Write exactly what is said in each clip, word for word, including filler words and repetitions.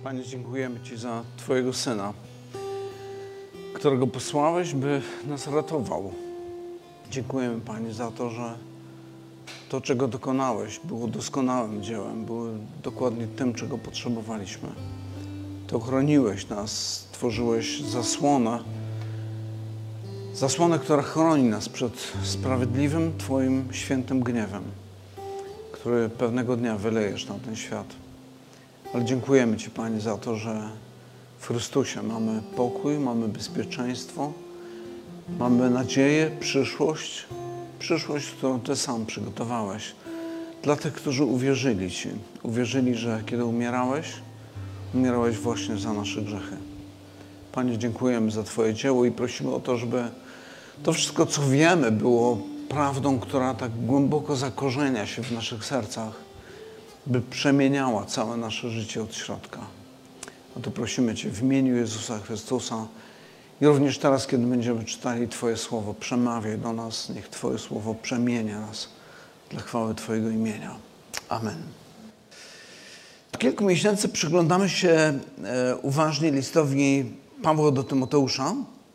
Panie, dziękujemy Ci za Twojego Syna, którego posłałeś, by nas ratował. Dziękujemy, Panie, za to, że to, czego dokonałeś, było doskonałym dziełem, było dokładnie tym, czego potrzebowaliśmy. Ty ochroniłeś nas, stworzyłeś zasłonę, zasłonę, która chroni nas przed sprawiedliwym Twoim świętym gniewem, który pewnego dnia wylejesz na ten świat. Ale dziękujemy Ci, Panie, za to, że w Chrystusie mamy pokój, mamy bezpieczeństwo, mamy nadzieję, przyszłość, przyszłość, którą Ty sam przygotowałeś dla tych, którzy uwierzyli Ci. Uwierzyli, że kiedy umierałeś, umierałeś właśnie za nasze grzechy. Panie, dziękujemy za Twoje dzieło i prosimy o to, żeby to wszystko, co wiemy, było prawdą, która tak głęboko zakorzenia się w naszych sercach, by przemieniała całe nasze życie od środka. O to prosimy Cię w imieniu Jezusa Chrystusa i również teraz, kiedy będziemy czytali Twoje Słowo, przemawiaj do nas, niech Twoje Słowo przemienia nas dla chwały Twojego imienia. Amen. Od kilku miesięcy przyglądamy się e, uważnie listowi Pawła do Tymoteusza.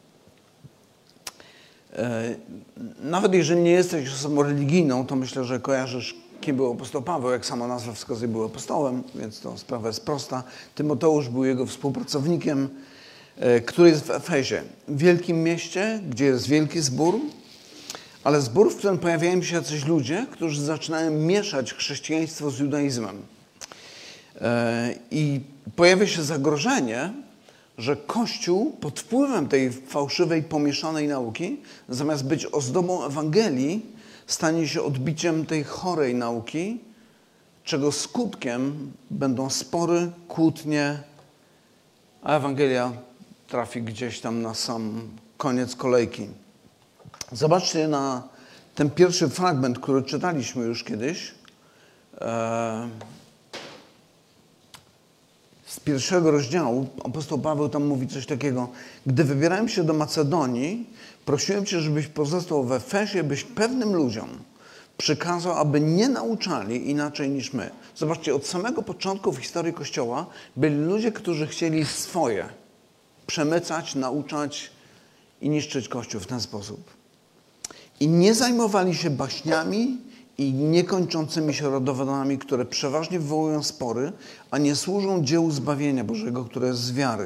E, nawet jeżeli nie jesteś osobą religijną, to myślę, że kojarzysz, kim był apostoł Paweł. Jak sama nazwa wskazuje, był apostołem, więc to sprawa jest prosta. Tymoteusz był jego współpracownikiem, e, który jest w Efezie, wielkim mieście, gdzie jest wielki zbór, ale zbór, w którym pojawiają się jacyś ludzie, którzy zaczynają mieszać chrześcijaństwo z judaizmem. E, I pojawia się zagrożenie, że Kościół pod wpływem tej fałszywej, pomieszanej nauki, zamiast być ozdobą Ewangelii, stanie się odbiciem tej chorej nauki, czego skutkiem będą spory, kłótnie, a Ewangelia trafi gdzieś tam na sam koniec kolejki. Zobaczcie na ten pierwszy fragment, który czytaliśmy już kiedyś. Z pierwszego rozdziału apostoł Paweł tam mówi coś takiego. Gdy wybierałem się do Macedonii, prosiłem Cię, żebyś pozostał w Efezie, byś pewnym ludziom przykazał, aby nie nauczali inaczej niż my. Zobaczcie, od samego początku w historii Kościoła byli ludzie, którzy chcieli swoje przemycać, nauczać i niszczyć Kościół w ten sposób. I nie zajmowali się baśniami i niekończącymi się rodowodami, które przeważnie wywołują spory, a nie służą dziełu zbawienia Bożego, które jest z wiary.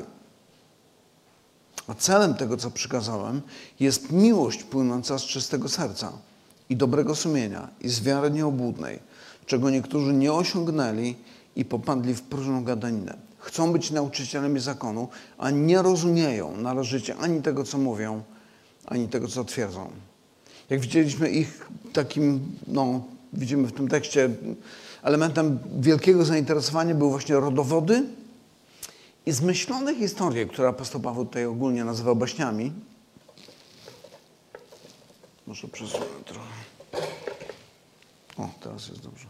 A celem tego, co przykazałem, jest miłość płynąca z czystego serca i dobrego sumienia i z wiary nieobłudnej, czego niektórzy nie osiągnęli i popadli w próżną gadaninę. Chcą być nauczycielami zakonu, a nie rozumieją należycie ani tego, co mówią, ani tego, co twierdzą. Jak widzieliśmy ich takim, no, widzimy w tym tekście, elementem wielkiego zainteresowania były właśnie rodowody i zmyślone historie, które apostoł Paweł tutaj ogólnie nazywał baśniami. Może przesunę trochę. O, teraz jest dobrze.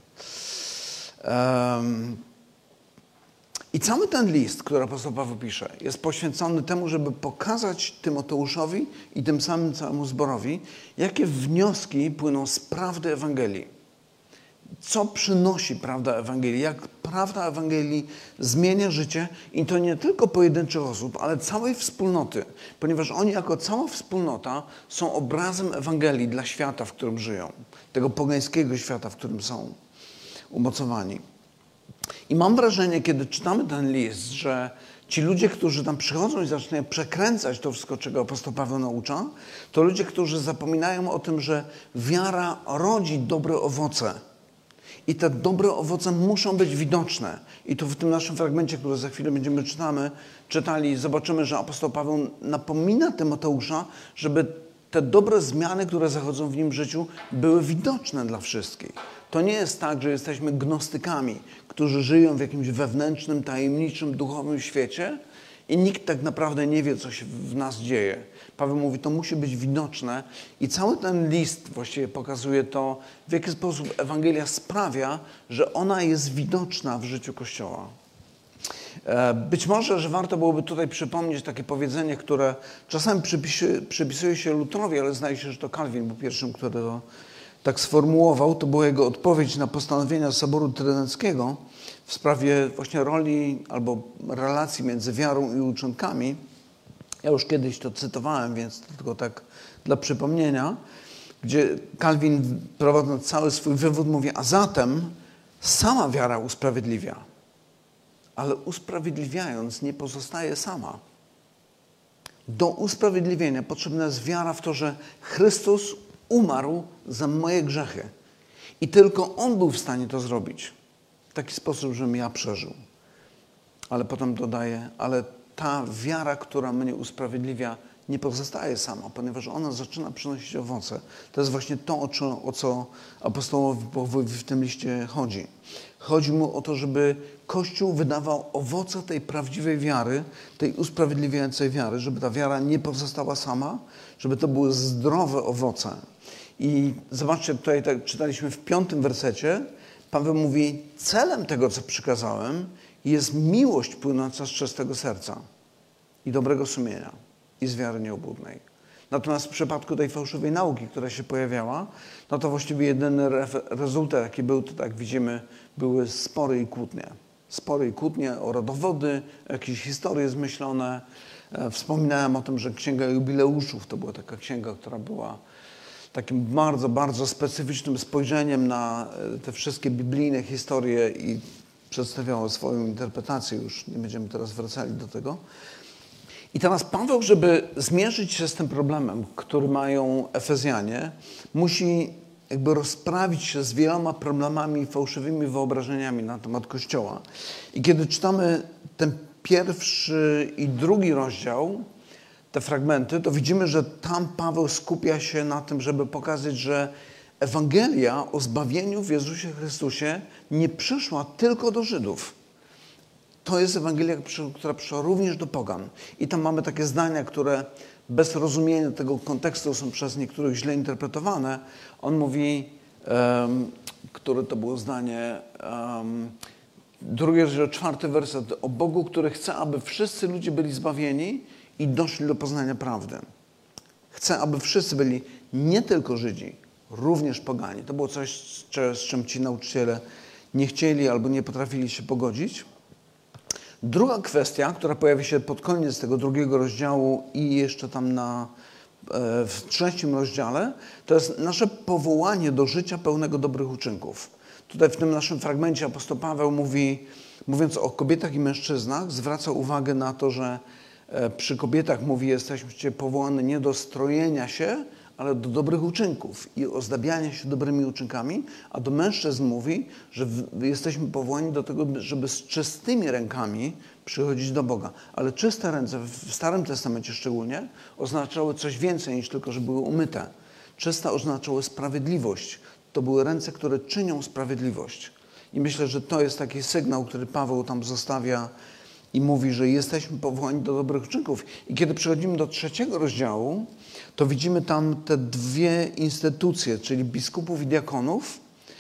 Um, I cały ten list, który apostoł Paweł pisze, jest poświęcony temu, żeby pokazać Tymoteuszowi i tym samym całemu zborowi, jakie wnioski płyną z prawdy Ewangelii. Co przynosi prawda Ewangelii, jak prawda Ewangelii zmienia życie i to nie tylko pojedynczych osób, ale całej wspólnoty, ponieważ oni jako cała wspólnota są obrazem Ewangelii dla świata, w którym żyją, tego pogańskiego świata, w którym są umocowani. I mam wrażenie, kiedy czytamy ten list, że ci ludzie, którzy tam przychodzą i zaczynają przekręcać to wszystko, czego apostoł Paweł naucza, to ludzie, którzy zapominają o tym, że wiara rodzi dobre owoce. I te dobre owoce muszą być widoczne. I tu w tym naszym fragmencie, który za chwilę będziemy czytamy, czytali, zobaczymy, że apostoł Paweł napomina Tymoteusza, żeby te dobre zmiany, które zachodzą w nim życiu, były widoczne dla wszystkich. To nie jest tak, że jesteśmy gnostykami, którzy żyją w jakimś wewnętrznym, tajemniczym, duchowym świecie i nikt tak naprawdę nie wie, co się w nas dzieje. Paweł mówi, to musi być widoczne i cały ten list właściwie pokazuje to, w jaki sposób Ewangelia sprawia, że ona jest widoczna w życiu Kościoła. Być może, że warto byłoby tutaj przypomnieć takie powiedzenie, które czasami przypisuje, przypisuje się Lutrowi, ale zdaje się, że to Kalwin był pierwszym, który to, tak sformułował, to była jego odpowiedź na postanowienia Soboru Trydenckiego w sprawie właśnie roli albo relacji między wiarą i uczynkami. Ja już kiedyś to cytowałem, więc to tylko tak dla przypomnienia, gdzie Kalwin, prowadząc cały swój wywód, mówi, a zatem sama wiara usprawiedliwia, ale usprawiedliwiając nie pozostaje sama. Do usprawiedliwienia potrzebna jest wiara w to, że Chrystus umarł za moje grzechy. I tylko On był w stanie to zrobić w taki sposób, żebym ja przeżył. Ale potem dodaje, ale ta wiara, która mnie usprawiedliwia, nie pozostaje sama, ponieważ ona zaczyna przynosić owoce. To jest właśnie to, o co, o co apostołowi Pawłowi w tym liście chodzi. Chodzi mu o to, żeby Kościół wydawał owoce tej prawdziwej wiary, tej usprawiedliwiającej wiary, żeby ta wiara nie pozostała sama, żeby to były zdrowe owoce. I zobaczcie, tutaj tak czytaliśmy w piątym wersecie, Paweł mówi, celem tego, co przykazałem, jest miłość płynąca z czystego serca i dobrego sumienia i z wiary nieobłudnej. Natomiast w przypadku tej fałszywej nauki, która się pojawiała, no to właściwie jedyny rezultat, jaki był, to tak widzimy, były spory i kłótnie. Spory i kłótnie o rodowody, jakieś historie zmyślone. Wspominałem o tym, że Księga Jubileuszów to była taka księga, która była takim bardzo, bardzo specyficznym spojrzeniem na te wszystkie biblijne historie i przedstawiała swoją interpretację. Już nie będziemy teraz wracali do tego. I teraz Paweł, żeby zmierzyć się z tym problemem, który mają Efezjanie, musi jakby rozprawić się z wieloma problemami i fałszywymi wyobrażeniami na temat Kościoła. I kiedy czytamy ten pierwszy i drugi rozdział, te fragmenty, to widzimy, że tam Paweł skupia się na tym, żeby pokazać, że Ewangelia o zbawieniu w Jezusie Chrystusie nie przyszła tylko do Żydów. To jest Ewangelia, która przyszła również do pogan. I tam mamy takie zdania, które bez rozumienia tego kontekstu są przez niektórych źle interpretowane. On mówi, um, które to było zdanie, um, drugi rozdział, czwarty werset, o Bogu, który chce, aby wszyscy ludzie byli zbawieni i doszli do poznania prawdy. Chce, aby wszyscy byli nie tylko Żydzi, również pogani. To było coś, z czym ci nauczyciele nie chcieli albo nie potrafili się pogodzić. Druga kwestia, która pojawi się pod koniec tego drugiego rozdziału i jeszcze tam na, w trzecim rozdziale, to jest nasze powołanie do życia pełnego dobrych uczynków. Tutaj w tym naszym fragmencie apostoł Paweł mówi, mówiąc o kobietach i mężczyznach, zwraca uwagę na to, że przy kobietach mówi, jesteście powołani nie do strojenia się, ale do dobrych uczynków i ozdabiania się dobrymi uczynkami, a do mężczyzn mówi, że jesteśmy powołani do tego, żeby z czystymi rękami przychodzić do Boga. Ale czyste ręce, w Starym Testamencie szczególnie, oznaczały coś więcej niż tylko, że były umyte. Czyste oznaczały sprawiedliwość. To były ręce, które czynią sprawiedliwość. I myślę, że to jest taki sygnał, który Paweł tam zostawia i mówi, że jesteśmy powołani do dobrych uczynków. I kiedy przechodzimy do trzeciego rozdziału, to widzimy tam te dwie instytucje, czyli biskupów i diakonów,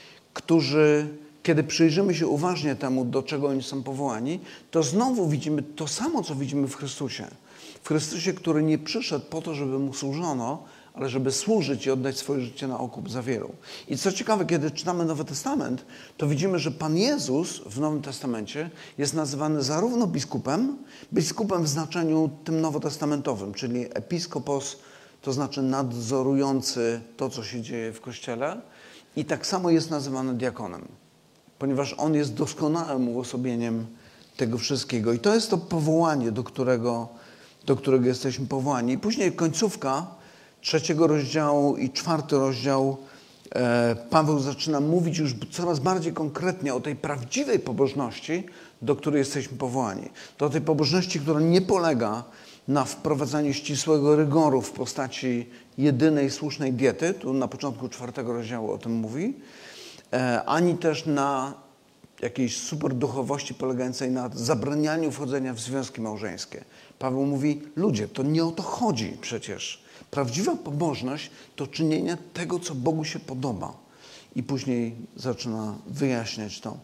którzy, kiedy przyjrzymy się uważnie temu, do czego oni są powołani, to znowu widzimy to samo, co widzimy w Chrystusie. W Chrystusie, który nie przyszedł po to, żeby mu służono, ale żeby służyć i oddać swoje życie na okup za wielu. I co ciekawe, kiedy czytamy Nowy Testament, to widzimy, że Pan Jezus w Nowym Testamencie jest nazywany zarówno biskupem, biskupem w znaczeniu tym nowotestamentowym, czyli episkopos, to znaczy nadzorujący to, co się dzieje w Kościele, i tak samo jest nazywany diakonem, ponieważ on jest doskonałym uosobieniem tego wszystkiego. I to jest to powołanie, do którego, do którego jesteśmy powołani. I później końcówka trzeciego rozdziału i czwarty rozdział, e, Paweł zaczyna mówić już coraz bardziej konkretnie o tej prawdziwej pobożności, do której jesteśmy powołani. Do tej pobożności, która nie polega na wprowadzaniu ścisłego rygoru w postaci jedynej słusznej diety, tu na początku czwartego rozdziału o tym mówi, e, ani też na jakiejś super duchowości polegającej na zabranianiu wchodzenia w związki małżeńskie. Paweł mówi, ludzie, to nie o to chodzi przecież. Prawdziwa pobożność to czynienie tego, co Bogu się podoba. I później zaczyna wyjaśniać to.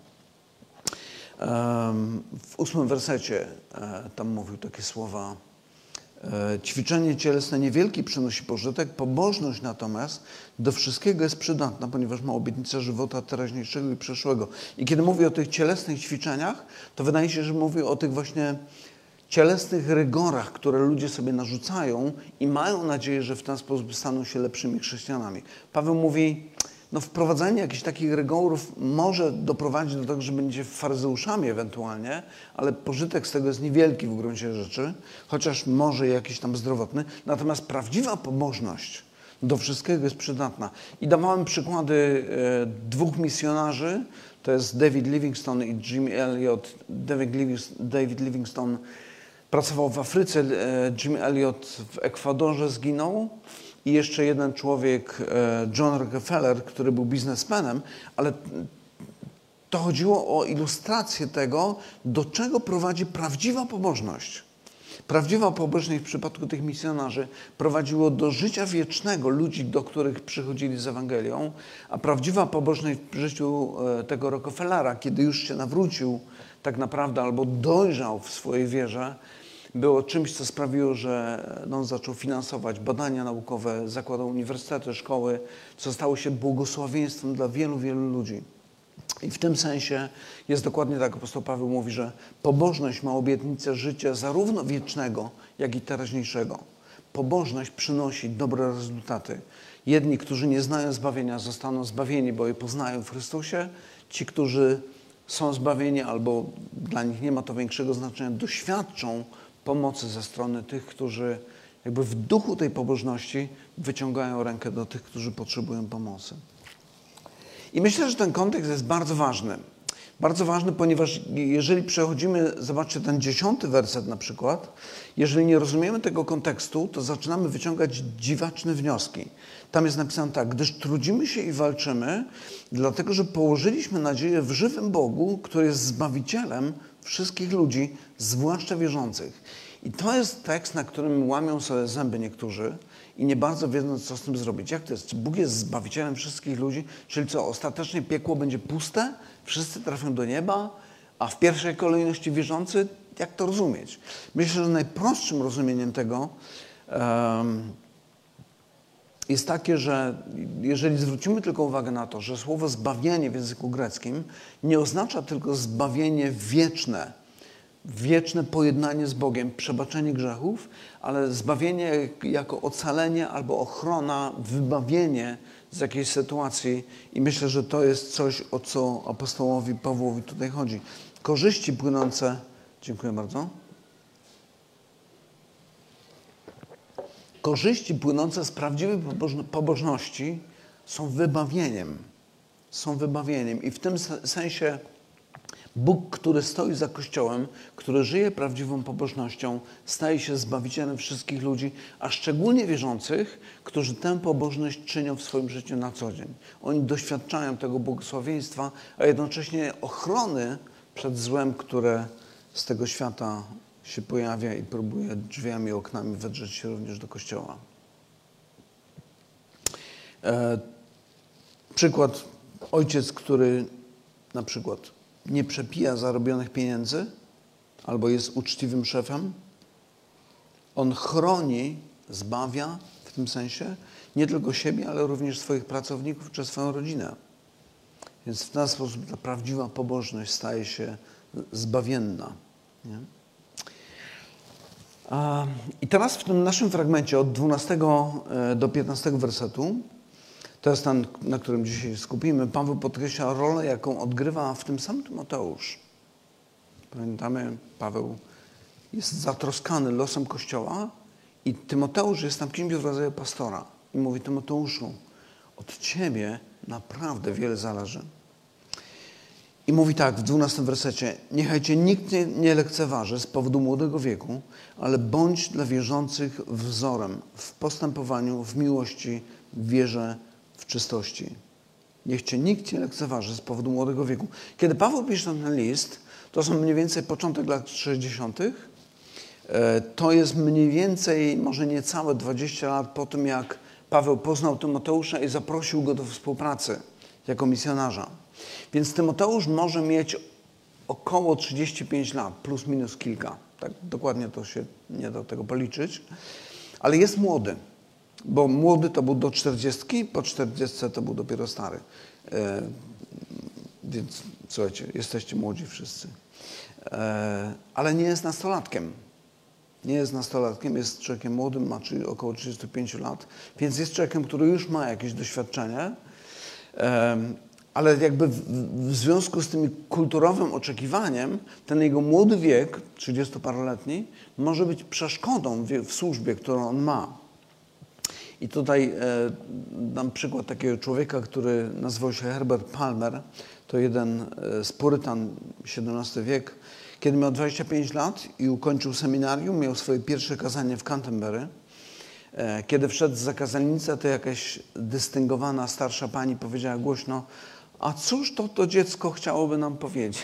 W ósmym wersecie tam mówił takie słowa, Ćwiczenie cielesne niewielki przynosi pożytek, pobożność natomiast do wszystkiego jest przydatna, ponieważ ma obietnicę żywota teraźniejszego i przyszłego. I kiedy mówię o tych cielesnych ćwiczeniach, to wydaje się, że mówię o tych właśnie cielesnych rygorach, które ludzie sobie narzucają i mają nadzieję, że w ten sposób staną się lepszymi chrześcijanami. Paweł mówi, no wprowadzenie jakichś takich rygorów może doprowadzić do tego, że będzie faryzeuszami ewentualnie, ale pożytek z tego jest niewielki w gruncie rzeczy, chociaż może jakiś tam zdrowotny. Natomiast prawdziwa pobożność do wszystkiego jest przydatna. I dawałem przykłady e, dwóch misjonarzy, to jest David Livingstone i Jim Elliot. David Livingstone, David Livingstone pracował w Afryce, e, Jim Elliot w Ekwadorze zginął. I jeszcze jeden człowiek, John Rockefeller, który był biznesmenem, ale to chodziło o ilustrację tego, do czego prowadzi prawdziwa pobożność. Prawdziwa pobożność w przypadku tych misjonarzy prowadziło do życia wiecznego ludzi, do których przychodzili z Ewangelią, a prawdziwa pobożność w życiu tego Rockefellera, kiedy już się nawrócił tak naprawdę albo dojrzał w swojej wierze, było czymś, co sprawiło, że on zaczął finansować badania naukowe, zakładał uniwersytety, szkoły, co stało się błogosławieństwem dla wielu, wielu ludzi. I w tym sensie jest dokładnie tak, apostoł Paweł mówi, że pobożność ma obietnicę życia zarówno wiecznego, jak i teraźniejszego. Pobożność przynosi dobre rezultaty. Jedni, którzy nie znają zbawienia, zostaną zbawieni, bo je poznają w Chrystusie. Ci, którzy są zbawieni albo dla nich nie ma to większego znaczenia, doświadczą pomocy ze strony tych, którzy jakby w duchu tej pobożności wyciągają rękę do tych, którzy potrzebują pomocy. I myślę, że ten kontekst jest bardzo ważny. Bardzo ważny, ponieważ jeżeli przechodzimy, zobaczcie ten dziesiąty werset na przykład, jeżeli nie rozumiemy tego kontekstu, to zaczynamy wyciągać dziwaczne wnioski. Tam jest napisane tak, gdyż trudzimy się i walczymy, dlatego że położyliśmy nadzieję w żywym Bogu, który jest Zbawicielem wszystkich ludzi, zwłaszcza wierzących. I to jest tekst, na którym łamią sobie zęby niektórzy i nie bardzo wiedzą, co z tym zrobić. Jak to jest? Czy Bóg jest Zbawicielem wszystkich ludzi? Czyli co, ostatecznie piekło będzie puste? Wszyscy trafią do nieba? A w pierwszej kolejności wierzący? Jak to rozumieć? Myślę, że najprostszym rozumieniem tego um, jest takie, że jeżeli zwrócimy tylko uwagę na to, że słowo zbawienie w języku greckim nie oznacza tylko zbawienie wieczne, wieczne pojednanie z Bogiem, przebaczenie grzechów, ale zbawienie jako ocalenie albo ochrona, wybawienie z jakiejś sytuacji. I myślę, że to jest coś, o co apostołowi Pawłowi tutaj chodzi. Korzyści płynące... Dziękuję bardzo. Korzyści płynące z prawdziwej pobożności są wybawieniem. Są wybawieniem. I w tym sensie Bóg, który stoi za Kościołem, który żyje prawdziwą pobożnością, staje się Zbawicielem wszystkich ludzi, a szczególnie wierzących, którzy tę pobożność czynią w swoim życiu na co dzień. Oni doświadczają tego błogosławieństwa, a jednocześnie ochrony przed złem, które z tego świata się pojawia i próbuje drzwiami, oknami wedrzeć się również do Kościoła. E, przykład, ojciec, który na przykład nie przepija zarobionych pieniędzy albo jest uczciwym szefem, on chroni, zbawia w tym sensie nie tylko siebie, ale również swoich pracowników czy swoją rodzinę. Więc w ten sposób ta prawdziwa pobożność staje się zbawienna. Nie? I teraz w tym naszym fragmencie od dwunastego do piętnastego wersetu, to jest ten, na którym dzisiaj skupimy, Paweł podkreśla rolę, jaką odgrywa w tym sam Tymoteusz. Pamiętamy, Paweł jest zatroskany losem Kościoła i Tymoteusz jest tam kimś w rodzaju pastora. I mówi, Tymoteuszu, od ciebie naprawdę wiele zależy. I mówi tak w dwunastym wersecie, niechaj cię nikt nie, nie lekceważy z powodu młodego wieku, ale bądź dla wierzących wzorem w postępowaniu, w miłości, w wierze, w czystości. Niech cię nikt nie lekceważy z powodu młodego wieku. Kiedy Paweł pisze ten list, to są mniej więcej początek lat sześćdziesiątych. To jest mniej więcej, może niecałe dwadzieścia lat po tym, jak Paweł poznał Tymoteusza i zaprosił go do współpracy jako misjonarza. Więc Tymoteusz może mieć około trzydzieści pięć lat, plus minus kilka. Tak dokładnie to się nie da tego policzyć. Ale jest młody, bo młody to był do czterdziestki, po czterdziestce to był dopiero stary. E, więc słuchajcie, jesteście młodzi wszyscy. E, ale nie jest nastolatkiem. Nie jest nastolatkiem, jest człowiekiem młodym, ma czyli około trzydziestu pięciu lat, więc jest człowiekiem, który już ma jakieś doświadczenie, e, ale jakby w, w związku z tym kulturowym oczekiwaniem ten jego młody wiek, trzydziestoparoletni, może być przeszkodą w, w służbie, którą on ma. I tutaj e, dam przykład takiego człowieka, który nazywał się Herbert Palmer. To jeden z Purytan, siedemnasty wiek. Kiedy miał dwadzieścia pięć lat i ukończył seminarium, miał swoje pierwsze kazanie w Canterbury. E, kiedy wszedł za kazalnicę, to jakaś dystyngowana starsza pani powiedziała głośno: a cóż to to dziecko chciałoby nam powiedzieć?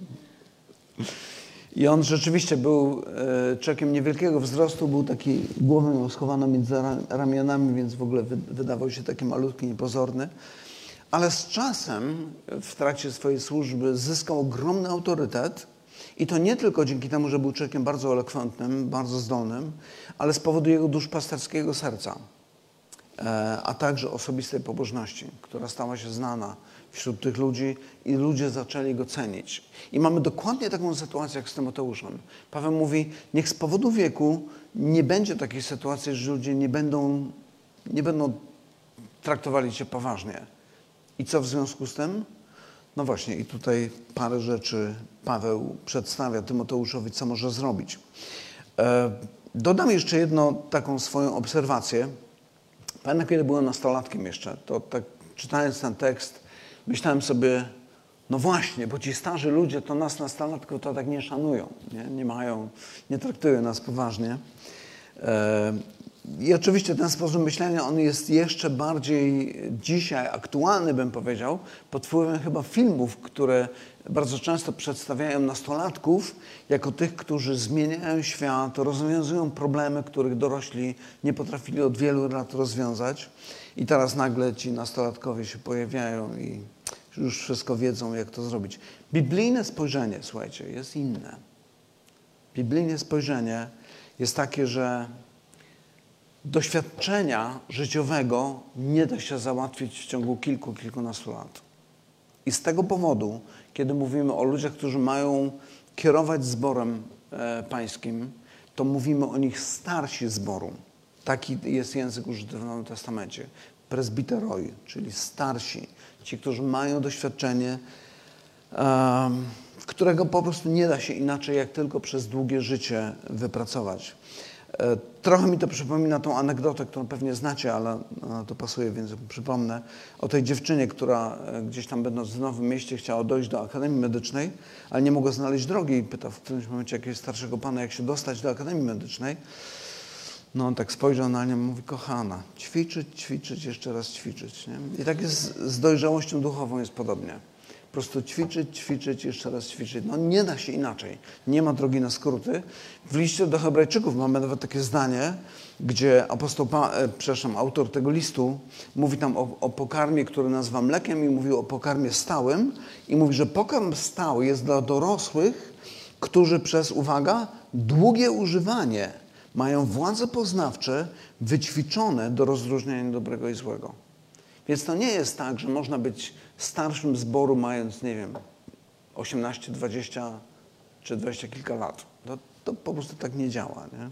I on rzeczywiście był e, człowiekiem niewielkiego wzrostu, był taki, głowę miał schowaną między ramionami, więc w ogóle wy, wydawał się taki malutki, niepozorny. Ale z czasem, w trakcie swojej służby, zyskał ogromny autorytet i to nie tylko dzięki temu, że był człowiekiem bardzo elokwentnym, bardzo zdolnym, ale z powodu jego duszpasterskiego serca, e, a także osobistej pobożności, która stała się znana wśród tych ludzi i ludzie zaczęli go cenić. I mamy dokładnie taką sytuację jak z Tymoteuszem. Paweł mówi, niech z powodu wieku nie będzie takiej sytuacji, że ludzie nie będą, nie będą traktowali cię poważnie. I co w związku z tym? No właśnie, i tutaj parę rzeczy Paweł przedstawia Tymoteuszowi, co może zrobić. E, dodam jeszcze jedną taką swoją obserwację. Pamiętam, kiedy byłem nastolatkiem jeszcze, to tak czytając ten tekst, myślałem sobie, no właśnie, bo ci starzy ludzie to nas nastolatków to tak nie szanują, nie, nie mają, nie traktują nas poważnie. E, I oczywiście ten sposób myślenia, on jest jeszcze bardziej dzisiaj aktualny, bym powiedział, pod wpływem chyba filmów, które bardzo często przedstawiają nastolatków jako tych, którzy zmieniają świat, rozwiązują problemy, których dorośli nie potrafili od wielu lat rozwiązać. I teraz nagle ci nastolatkowie się pojawiają i już wszystko wiedzą, jak to zrobić. Biblijne spojrzenie, słuchajcie, jest inne. Biblijne spojrzenie jest takie, że doświadczenia życiowego nie da się załatwić w ciągu kilku, kilkunastu lat. I z tego powodu, kiedy mówimy o ludziach, którzy mają kierować zborem e, pańskim, to mówimy o nich starsi zboru. Taki jest język użyty w Nowym Testamencie. Presbiteroi, czyli starsi. Ci, którzy mają doświadczenie, e, którego po prostu nie da się inaczej, jak tylko przez długie życie wypracować. Trochę mi to przypomina tą anegdotę, którą pewnie znacie, ale no, to pasuje, więc przypomnę. O tej dziewczynie, która gdzieś tam będąc w Nowym Mieście chciała dojść do Akademii Medycznej, ale nie mogła znaleźć drogi i pyta w którymś momencie jakiegoś starszego pana, jak się dostać do Akademii Medycznej. No on tak spojrzał na nią i mówi, kochana, ćwiczyć, ćwiczyć, jeszcze raz ćwiczyć. Nie? I tak jest z dojrzałością duchową jest podobnie. Po prostu ćwiczyć, ćwiczyć, jeszcze raz ćwiczyć. No nie da się inaczej. Nie ma drogi na skróty. W liście do Hebrajczyków mamy nawet takie zdanie, gdzie apostoł, e, przepraszam, autor tego listu mówi tam o, o pokarmie, który nazywa mlekiem i mówi o pokarmie stałym i mówi, że pokarm stały jest dla dorosłych, którzy przez, uwaga, długie używanie mają władze poznawcze wyćwiczone do rozróżniania dobrego i złego. Więc to nie jest tak, że można być starszym zboru mając, nie wiem, osiemnaście, dwadzieścia czy dwadzieścia kilka lat. To, to po prostu tak nie działa, nie?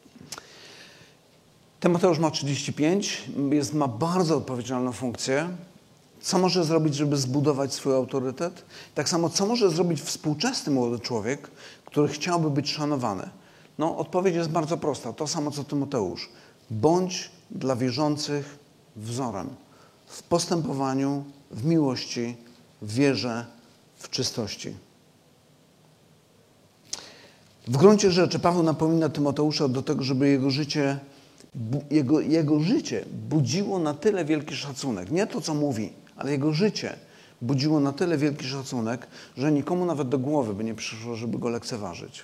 Tymoteusz ma trzydzieści pięć, jest, ma bardzo odpowiedzialną funkcję. Co może zrobić, żeby zbudować swój autorytet? Tak samo, co może zrobić współczesny młody człowiek, który chciałby być szanowany? No, odpowiedź jest bardzo prosta. To samo, co Tymoteusz. Bądź dla wierzących wzorem. W postępowaniu, w miłości, w wierze, w czystości. W gruncie rzeczy Paweł napomina Tymoteusza do tego, żeby jego życie, jego, jego życie budziło na tyle wielki szacunek. Nie to, co mówi, ale jego życie budziło na tyle wielki szacunek, że nikomu nawet do głowy by nie przyszło, żeby go lekceważyć.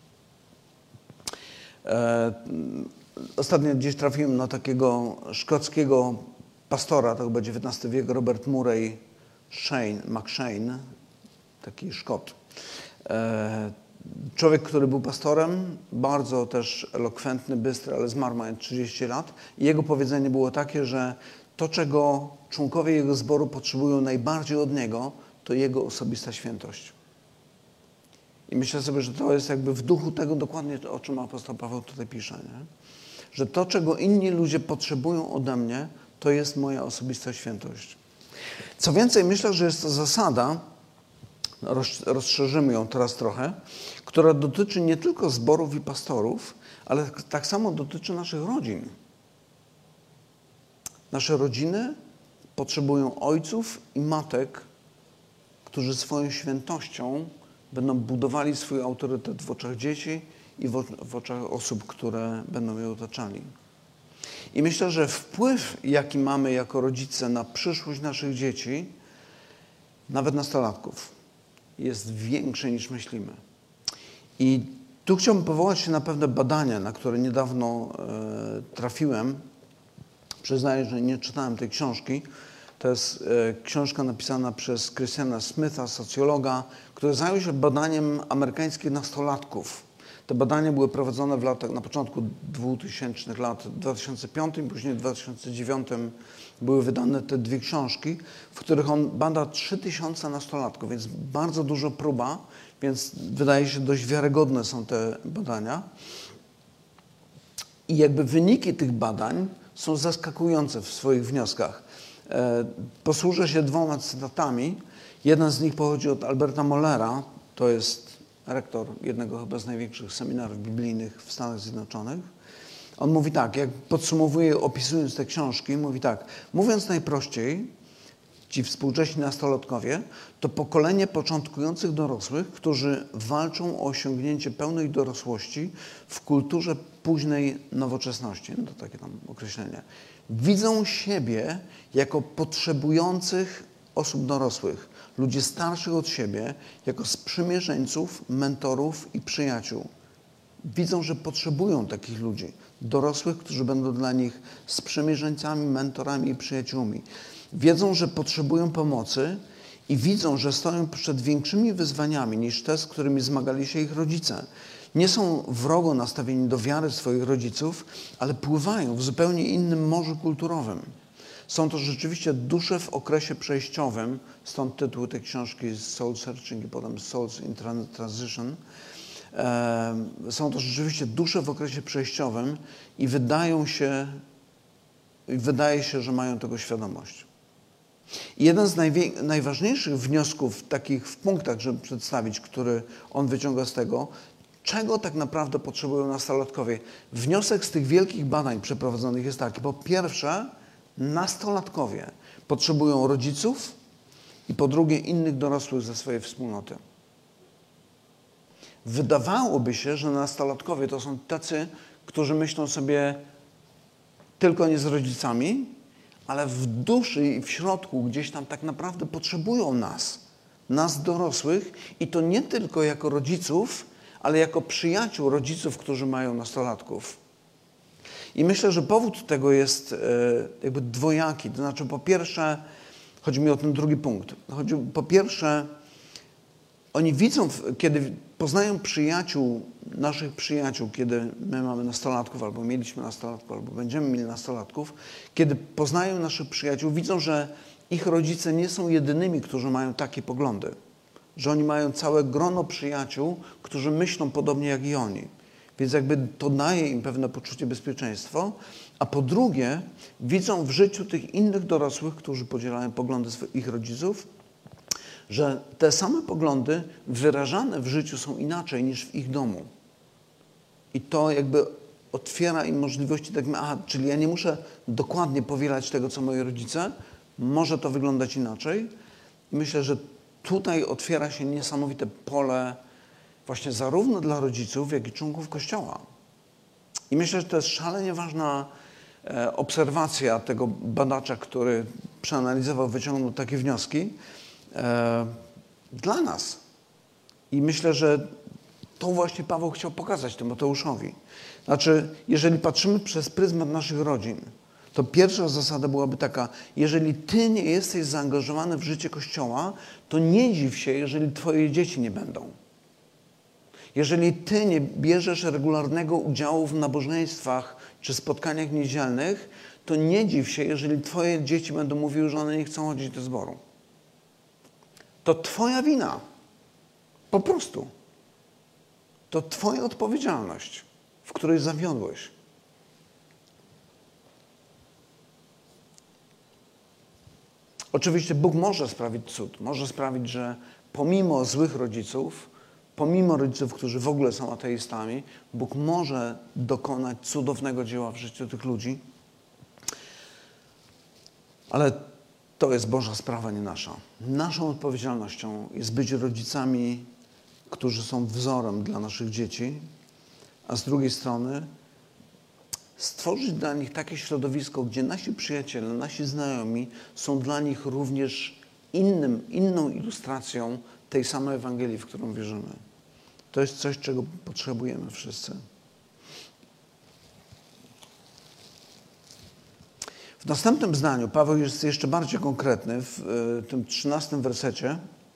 E, ostatnio gdzieś trafiłem na takiego szkockiego pastora, to chyba dziewiętnasty wiek, Robert Murray Shane, McShane, taki Szkot. E, człowiek, który był pastorem, bardzo też elokwentny, bystry, ale zmarł mając trzydzieści lat. I jego powiedzenie było takie, że to, czego członkowie jego zboru potrzebują najbardziej od niego, to jego osobista świętość. I myślę sobie, że to jest jakby w duchu tego dokładnie, o czym apostoł Paweł tutaj pisze, nie? Że to, czego inni ludzie potrzebują ode mnie, to jest moja osobista świętość. Co więcej, myślę, że jest to zasada, rozszerzymy ją teraz trochę, która dotyczy nie tylko zborów i pastorów, ale tak samo dotyczy naszych rodzin. Nasze rodziny potrzebują ojców i matek, którzy swoją świętością będą budowali swój autorytet w oczach dzieci i w oczach osób, które będą je otaczali. I myślę, że wpływ, jaki mamy jako rodzice na przyszłość naszych dzieci, nawet nastolatków, jest większy niż myślimy. I tu chciałbym powołać się na pewne badania, na które niedawno e, trafiłem. Przyznaję, że nie czytałem tej książki. To jest e, książka napisana przez Christiana Smitha, socjologa, który zajął się badaniem amerykańskich nastolatków. Te badania były prowadzone w latach, na początku dwutysięcznych lat, w dwa tysiące piątym, później w dwa tysiące dziewiątym były wydane te dwie książki, w których on bada trzy tysiące nastolatków, więc bardzo duża próba, więc wydaje się dość wiarygodne są te badania. I jakby wyniki tych badań są zaskakujące w swoich wnioskach. E, posłużę się dwoma cytatami. Jeden z nich pochodzi od Alberta Mollera, to jest rektor jednego chyba z największych seminariów biblijnych w Stanach Zjednoczonych. On mówi tak, jak podsumowuje, opisując te książki, mówi tak, mówiąc najprościej, ci współcześni nastolatkowie to pokolenie początkujących dorosłych, którzy walczą o osiągnięcie pełnej dorosłości w kulturze późnej nowoczesności. No to takie tam określenie. Widzą siebie jako potrzebujących osób dorosłych, ludzi starszych od siebie, jako sprzymierzeńców, mentorów i przyjaciół. Widzą, że potrzebują takich ludzi, dorosłych, którzy będą dla nich sprzymierzeńcami, mentorami i przyjaciółmi. Wiedzą, że potrzebują pomocy i widzą, że stoją przed większymi wyzwaniami niż te, z którymi zmagali się ich rodzice. Nie są wrogo nastawieni do wiary swoich rodziców, ale pływają w zupełnie innym morzu kulturowym. Są to rzeczywiście dusze w okresie przejściowym, stąd tytuł tej książki Soul Searching i potem Souls in Transition. Są to rzeczywiście dusze w okresie przejściowym i wydają się, wydaje się, że mają tego świadomość. I jeden z najwie- najważniejszych wniosków, takich w punktach, żeby przedstawić, który on wyciąga z tego, czego tak naprawdę potrzebują nastolatkowie. Wniosek z tych wielkich badań przeprowadzonych jest taki. Po pierwsze, nastolatkowie potrzebują rodziców i po drugie innych dorosłych ze swojej wspólnoty. Wydawałoby się, że nastolatkowie to są tacy, którzy myślą sobie tylko nie z rodzicami, ale w duszy i w środku gdzieś tam tak naprawdę potrzebują nas, nas dorosłych i to nie tylko jako rodziców, ale jako przyjaciół rodziców, którzy mają nastolatków. I myślę, że powód tego jest jakby dwojaki. To znaczy, po pierwsze, chodzi mi o ten drugi punkt. Chodzi, po pierwsze, oni widzą, kiedy poznają przyjaciół, naszych przyjaciół, kiedy my mamy nastolatków, albo mieliśmy nastolatków, albo będziemy mieli nastolatków, kiedy poznają naszych przyjaciół, widzą, że ich rodzice nie są jedynymi, którzy mają takie poglądy. Że oni mają całe grono przyjaciół, którzy myślą podobnie jak i oni. Więc jakby to daje im pewne poczucie bezpieczeństwa. A po drugie, widzą w życiu tych innych dorosłych, którzy podzielają poglądy ich rodziców, że te same poglądy wyrażane w życiu są inaczej niż w ich domu. I to jakby otwiera im możliwości, tak, aha, czyli ja nie muszę dokładnie powielać tego, co moi rodzice, może to wyglądać inaczej. I myślę, że tutaj otwiera się niesamowite pole właśnie zarówno dla rodziców, jak i członków Kościoła. I myślę, że to jest szalenie ważna e, obserwacja tego badacza, który przeanalizował, wyciągnął takie wnioski e, dla nas. I myślę, że to właśnie Paweł chciał pokazać Tymoteuszowi. Znaczy, jeżeli patrzymy przez pryzmat naszych rodzin, to pierwsza zasada byłaby taka, jeżeli ty nie jesteś zaangażowany w życie Kościoła, to nie dziw się, jeżeli twoje dzieci nie będą. Jeżeli ty nie bierzesz regularnego udziału w nabożeństwach czy spotkaniach niedzielnych, to nie dziw się, jeżeli twoje dzieci będą mówiły, że one nie chcą chodzić do zboru. To twoja wina. Po prostu. To twoja odpowiedzialność, w której zawiodłeś. Oczywiście Bóg może sprawić cud. Może sprawić, że pomimo złych rodziców, pomimo rodziców, którzy w ogóle są ateistami, Bóg może dokonać cudownego dzieła w życiu tych ludzi. Ale to jest Boża sprawa, nie nasza. Naszą odpowiedzialnością jest być rodzicami, którzy są wzorem dla naszych dzieci, a z drugiej strony stworzyć dla nich takie środowisko, gdzie nasi przyjaciele, nasi znajomi są dla nich również innym, inną ilustracją tej samej Ewangelii, w którą wierzymy. To jest coś, czego potrzebujemy wszyscy. W następnym zdaniu Paweł jest jeszcze bardziej konkretny w tym trzynastym wersecie.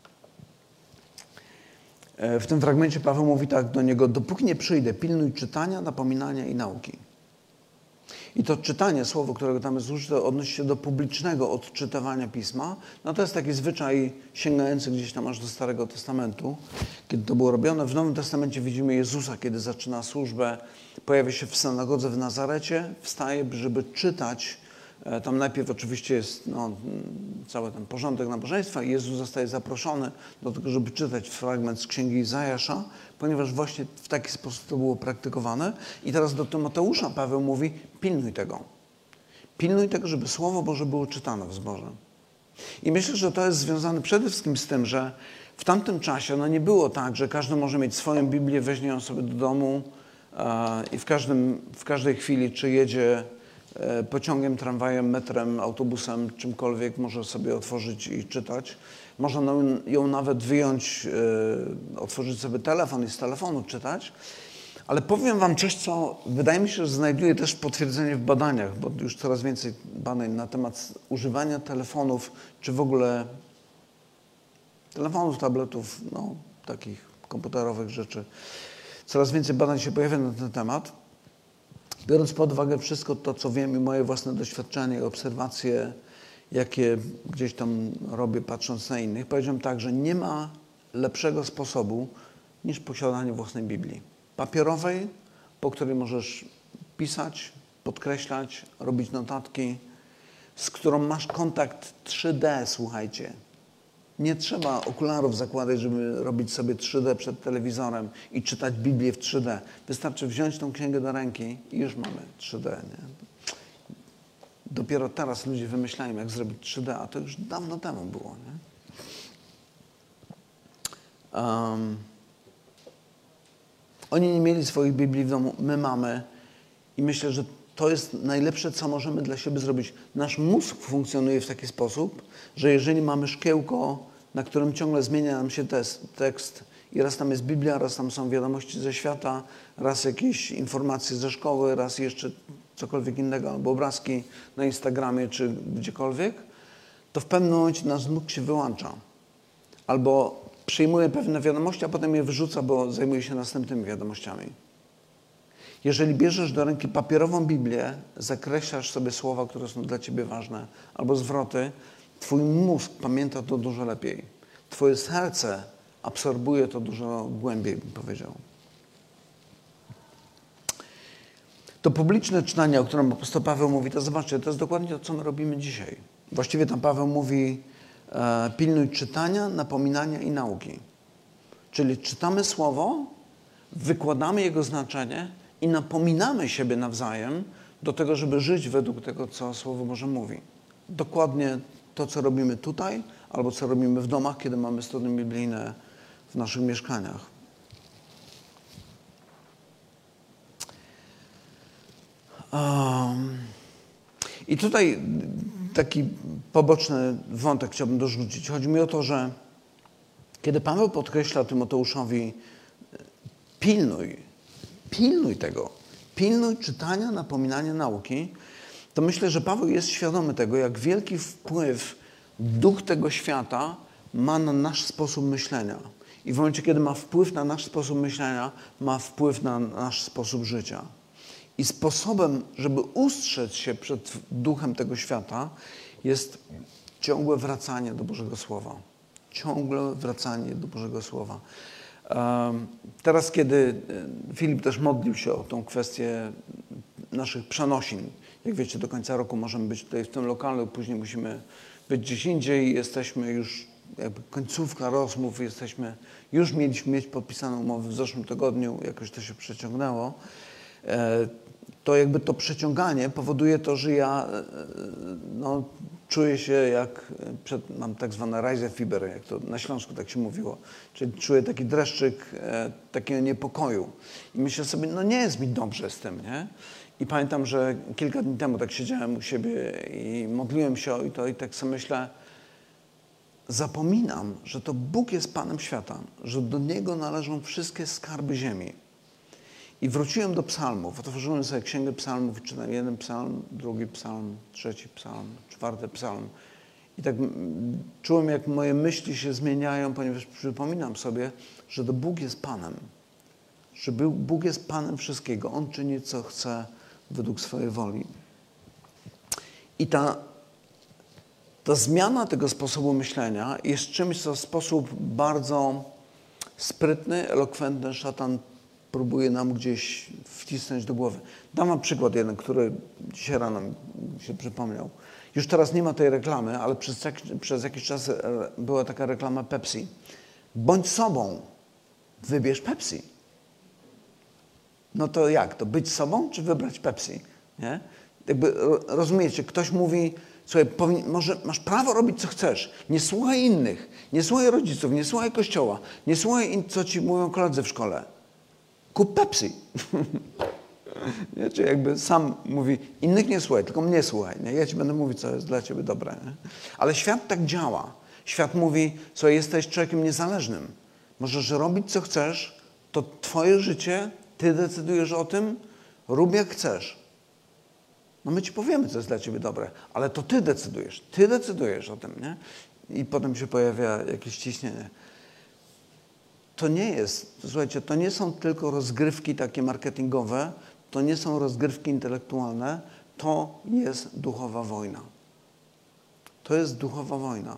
W tym fragmencie Paweł mówi tak do niego: dopóki nie przyjdę, pilnuj czytania, napominania i nauki. I to czytanie, słowo, którego tam jest użyte, odnosi się do publicznego odczytywania Pisma. No to jest taki zwyczaj sięgający gdzieś tam aż do Starego Testamentu, kiedy to było robione. W Nowym Testamencie widzimy Jezusa, kiedy zaczyna służbę, pojawia się w synagodze w Nazarecie, wstaje, żeby czytać. Tam najpierw oczywiście jest no, cały ten porządek nabożeństwa i Jezus zostaje zaproszony do tego, żeby czytać fragment z Księgi Izajasza, ponieważ właśnie w taki sposób to było praktykowane. I teraz do Tymoteusza Paweł mówi: pilnuj tego. Pilnuj tego, żeby Słowo Boże było czytane w zborze. I myślę, że to jest związane przede wszystkim z tym, że w tamtym czasie no, nie było tak, że każdy może mieć swoją Biblię, weźmie ją sobie do domu e, i w, każdym, w każdej chwili, czy jedzie pociągiem, tramwajem, metrem, autobusem, czymkolwiek, może sobie otworzyć i czytać. Można ją nawet wyjąć, yy, otworzyć sobie telefon i z telefonu czytać. Ale powiem wam coś, co wydaje mi się, że znajduje też potwierdzenie w badaniach, bo już coraz więcej badań na temat używania telefonów, czy w ogóle telefonów, tabletów, no, takich komputerowych rzeczy. Coraz więcej badań się pojawia na ten temat. Biorąc pod uwagę wszystko to, co wiem i moje własne doświadczenia i obserwacje, jakie gdzieś tam robię, patrząc na innych, powiedziałem tak, że nie ma lepszego sposobu niż posiadanie własnej Biblii. Papierowej, po której możesz pisać, podkreślać, robić notatki, z którą masz kontakt trzy D, słuchajcie. Nie trzeba okularów zakładać, żeby robić sobie trzy D przed telewizorem i czytać Biblię w trzy D. Wystarczy wziąć tą księgę do ręki i już mamy trzy D. Nie? Dopiero teraz ludzie wymyślają, jak zrobić trzy D, a to już dawno temu było. Nie? Um, oni nie mieli swoich Biblii w domu, my mamy i myślę, że to jest najlepsze, co możemy dla siebie zrobić. Nasz mózg funkcjonuje w taki sposób, że jeżeli mamy szkiełko, na którym ciągle zmienia nam się tekst i raz tam jest Biblia, raz tam są wiadomości ze świata, raz jakieś informacje ze szkoły, raz jeszcze cokolwiek innego, albo obrazki na Instagramie czy gdziekolwiek, to w pewnym momencie nasz mózg się wyłącza. Albo przyjmuje pewne wiadomości, a potem je wyrzuca, bo zajmuje się następnymi wiadomościami. Jeżeli bierzesz do ręki papierową Biblię, zakreślasz sobie słowa, które są dla ciebie ważne, albo zwroty, twój mózg pamięta to dużo lepiej. Twoje serce absorbuje to dużo głębiej, bym powiedział. To publiczne czytanie, o którym apostoł Paweł mówi, to zobaczcie, to jest dokładnie to, co my robimy dzisiaj. Właściwie tam Paweł mówi, e, pilnuj czytania, napominania i nauki. Czyli czytamy słowo, wykładamy jego znaczenie i napominamy siebie nawzajem do tego, żeby żyć według tego, co Słowo Boże mówi. Dokładnie to, co robimy tutaj, albo co robimy w domach, kiedy mamy studnie biblijne w naszych mieszkaniach. Um, I tutaj taki poboczny wątek chciałbym dorzucić. Chodzi mi o to, że kiedy Paweł podkreśla Tymoteuszowi pilnuj, pilnuj tego, pilnuj czytania, napominania, nauki, to myślę, że Paweł jest świadomy tego, jak wielki wpływ duch tego świata ma na nasz sposób myślenia. I w momencie, kiedy ma wpływ na nasz sposób myślenia, ma wpływ na nasz sposób życia. I sposobem, żeby ustrzec się przed duchem tego świata, jest ciągłe wracanie do Bożego Słowa. Ciągłe wracanie do Bożego Słowa. Teraz, kiedy Filip też modlił się o tą kwestię naszych przenosin, jak wiecie, do końca roku możemy być tutaj w tym lokalu, później musimy być gdzieś indziej, jesteśmy już, jakby końcówka rozmów, jesteśmy, już mieliśmy mieć podpisaną umowę w zeszłym tygodniu, jakoś to się przeciągnęło. To jakby to przeciąganie powoduje to, że ja no, czuję się jak, przed, mam tak zwane Reisefiber, jak to na Śląsku tak się mówiło, czyli czuję taki dreszczyk e, takiego niepokoju. I myślę sobie, no nie jest mi dobrze z tym, nie? I pamiętam, że kilka dni temu tak siedziałem u siebie i modliłem się o to i tak sobie myślę, zapominam, że to Bóg jest Panem świata, że do Niego należą wszystkie skarby ziemi. I wróciłem do psalmów, otworzyłem sobie księgę psalmów, czytam jeden psalm, drugi psalm, trzeci psalm, czwarty psalm. I tak czułem, jak moje myśli się zmieniają, ponieważ przypominam sobie, że to Bóg jest Panem. Że Bóg jest Panem wszystkiego. On czyni, co chce według swojej woli. I ta, ta zmiana tego sposobu myślenia jest czymś, co w sposób bardzo sprytny, elokwentny szatan próbuje nam gdzieś wcisnąć do głowy. Dam wam przykład jeden, który dzisiaj rano mi się przypomniał. Już teraz nie ma tej reklamy, ale przez, jak, przez jakiś czas była taka reklama Pepsi. Bądź sobą, wybierz Pepsi. No to jak? To być sobą, czy wybrać Pepsi? Nie? Jakby rozumiecie, ktoś mówi, słuchaj, powin, może masz prawo robić, co chcesz. Nie słuchaj innych, nie słuchaj rodziców, nie słuchaj kościoła, nie słuchaj, co ci mówią koledzy w szkole. Kup Pepsi. Nie? Czy jakby sam mówi, innych nie słuchaj, tylko mnie słuchaj. Nie? Ja ci będę mówić, co jest dla ciebie dobre. Nie? Ale świat tak działa. Świat mówi, co jesteś człowiekiem niezależnym. Możesz robić, co chcesz, to twoje życie, ty decydujesz o tym, rób jak chcesz. No my ci powiemy, co jest dla ciebie dobre, ale to ty decydujesz. Ty decydujesz o tym, nie? I potem się pojawia jakieś ciśnienie. To nie jest, słuchajcie, to nie są tylko rozgrywki takie marketingowe, to nie są rozgrywki intelektualne, to jest duchowa wojna. To jest duchowa wojna.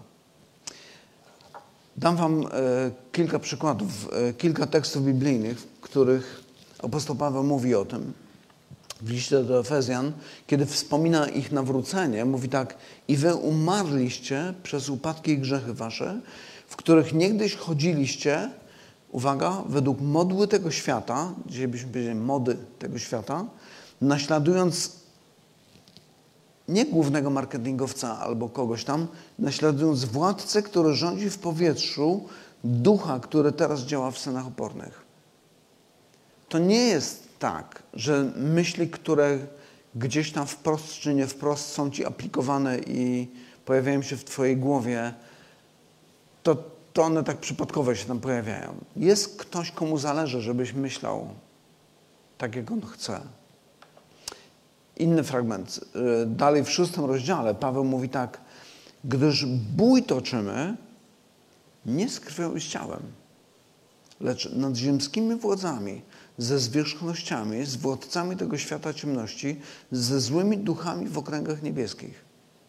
Dam wam e, kilka przykładów, e, kilka tekstów biblijnych, w których apostoł Paweł mówi o tym. W liście do Efezjan, kiedy wspomina ich nawrócenie, mówi tak: i wy umarliście przez upadki i grzechy wasze, w których niegdyś chodziliście, uwaga, według modły tego świata, dzisiaj byśmy powiedzieli mody tego świata, naśladując nie głównego marketingowca albo kogoś tam, naśladując władcę, który rządzi w powietrzu, ducha, który teraz działa w synach opornych. To nie jest tak, że myśli, które gdzieś tam wprost czy nie wprost są ci aplikowane i pojawiają się w twojej głowie, to, to one tak przypadkowo się tam pojawiają. Jest ktoś, komu zależy, żebyś myślał tak, jak on chce. Inny fragment. Dalej w szóstym rozdziale Paweł mówi tak: gdyż bój toczymy nie z krwią i z ciałem, lecz nad ziemskimi władzami, ze zwierzchnościami, z władcami tego świata ciemności, ze złymi duchami w okręgach niebieskich.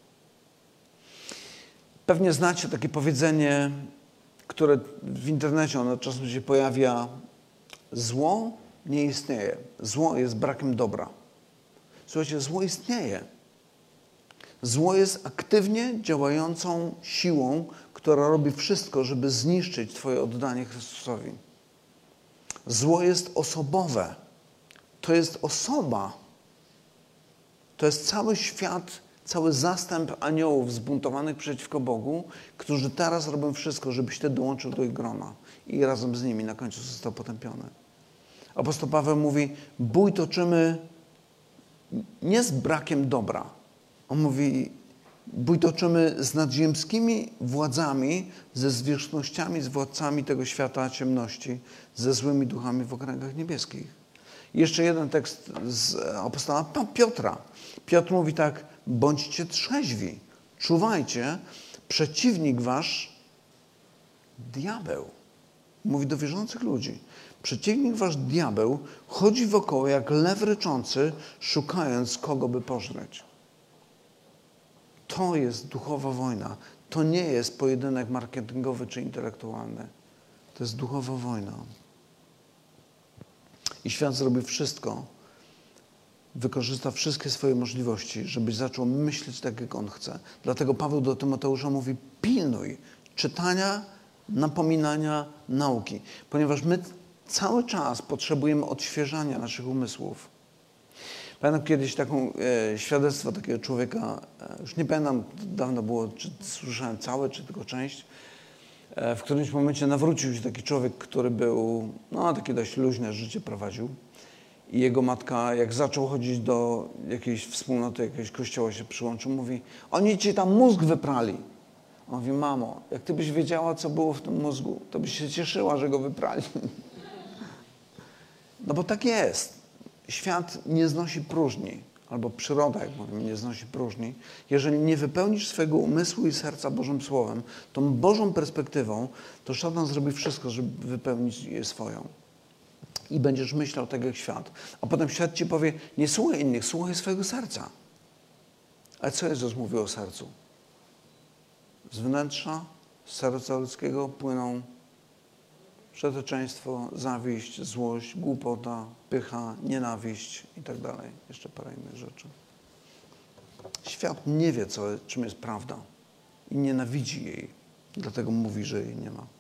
Pewnie znacie takie powiedzenie, które w internecie ono czasem się pojawia: zło nie istnieje. Zło jest brakiem dobra. Słuchajcie, zło istnieje. Zło jest aktywnie działającą siłą, która robi wszystko, żeby zniszczyć twoje oddanie Chrystusowi. Zło jest osobowe. To jest osoba. To jest cały świat, cały zastęp aniołów zbuntowanych przeciwko Bogu, którzy teraz robią wszystko, żebyś ty dołączył do ich grona i razem z nimi na końcu został potępiony. Apostoł Paweł mówi: bój toczymy nie z brakiem dobra. On mówi: bój toczymy z nadziemskimi władzami, ze zwierzchnościami, z władcami tego świata ciemności, ze złymi duchami w okręgach niebieskich. I jeszcze jeden tekst z apostoła Piotra. Piotr mówi tak: bądźcie trzeźwi, czuwajcie, przeciwnik wasz, diabeł, Mówi do wierzących ludzi. Przeciwnik wasz diabeł chodzi wokoło jak lew ryczący, szukając kogo by pożreć. To jest duchowa wojna. To nie jest pojedynek marketingowy czy intelektualny. To jest duchowa wojna. I świat zrobi wszystko, wykorzysta wszystkie swoje możliwości, żebyś zaczął myśleć tak, jak on chce. Dlatego Paweł do Tymoteusza mówi: pilnuj czytania, napominania, nauki. Ponieważ my cały czas potrzebujemy odświeżania naszych umysłów. Pamiętam kiedyś taką e, świadectwo takiego człowieka, e, już nie pamiętam, dawno było, czy słyszałem całe, czy tylko część. E, w którymś momencie nawrócił się taki człowiek, który był, no takie dość luźne życie prowadził. I jego matka, jak zaczął chodzić do jakiejś wspólnoty, jakiegoś kościoła się przyłączył, mówi: oni ci tam mózg wyprali. On mówi: mamo, jak ty byś wiedziała, co było w tym mózgu, to byś się cieszyła, że go wyprali. No bo tak jest. Świat nie znosi próżni, albo przyroda, jak mówimy, nie znosi próżni. Jeżeli nie wypełnisz swojego umysłu i serca Bożym Słowem, tą Bożą perspektywą, to szatan zrobi wszystko, żeby wypełnić je swoją. I będziesz myślał tak jak świat. A potem świat ci powie: nie słuchaj innych, słuchaj swojego serca. Ale co Jezus mówił o sercu? Z wnętrza, z serca ludzkiego płyną przeteczeństwo, zawiść, złość, głupota, pycha, nienawiść i tak dalej. Jeszcze parę innych rzeczy. Świat nie wie, co, czym jest prawda i nienawidzi jej. Dlatego mówi, że jej nie ma.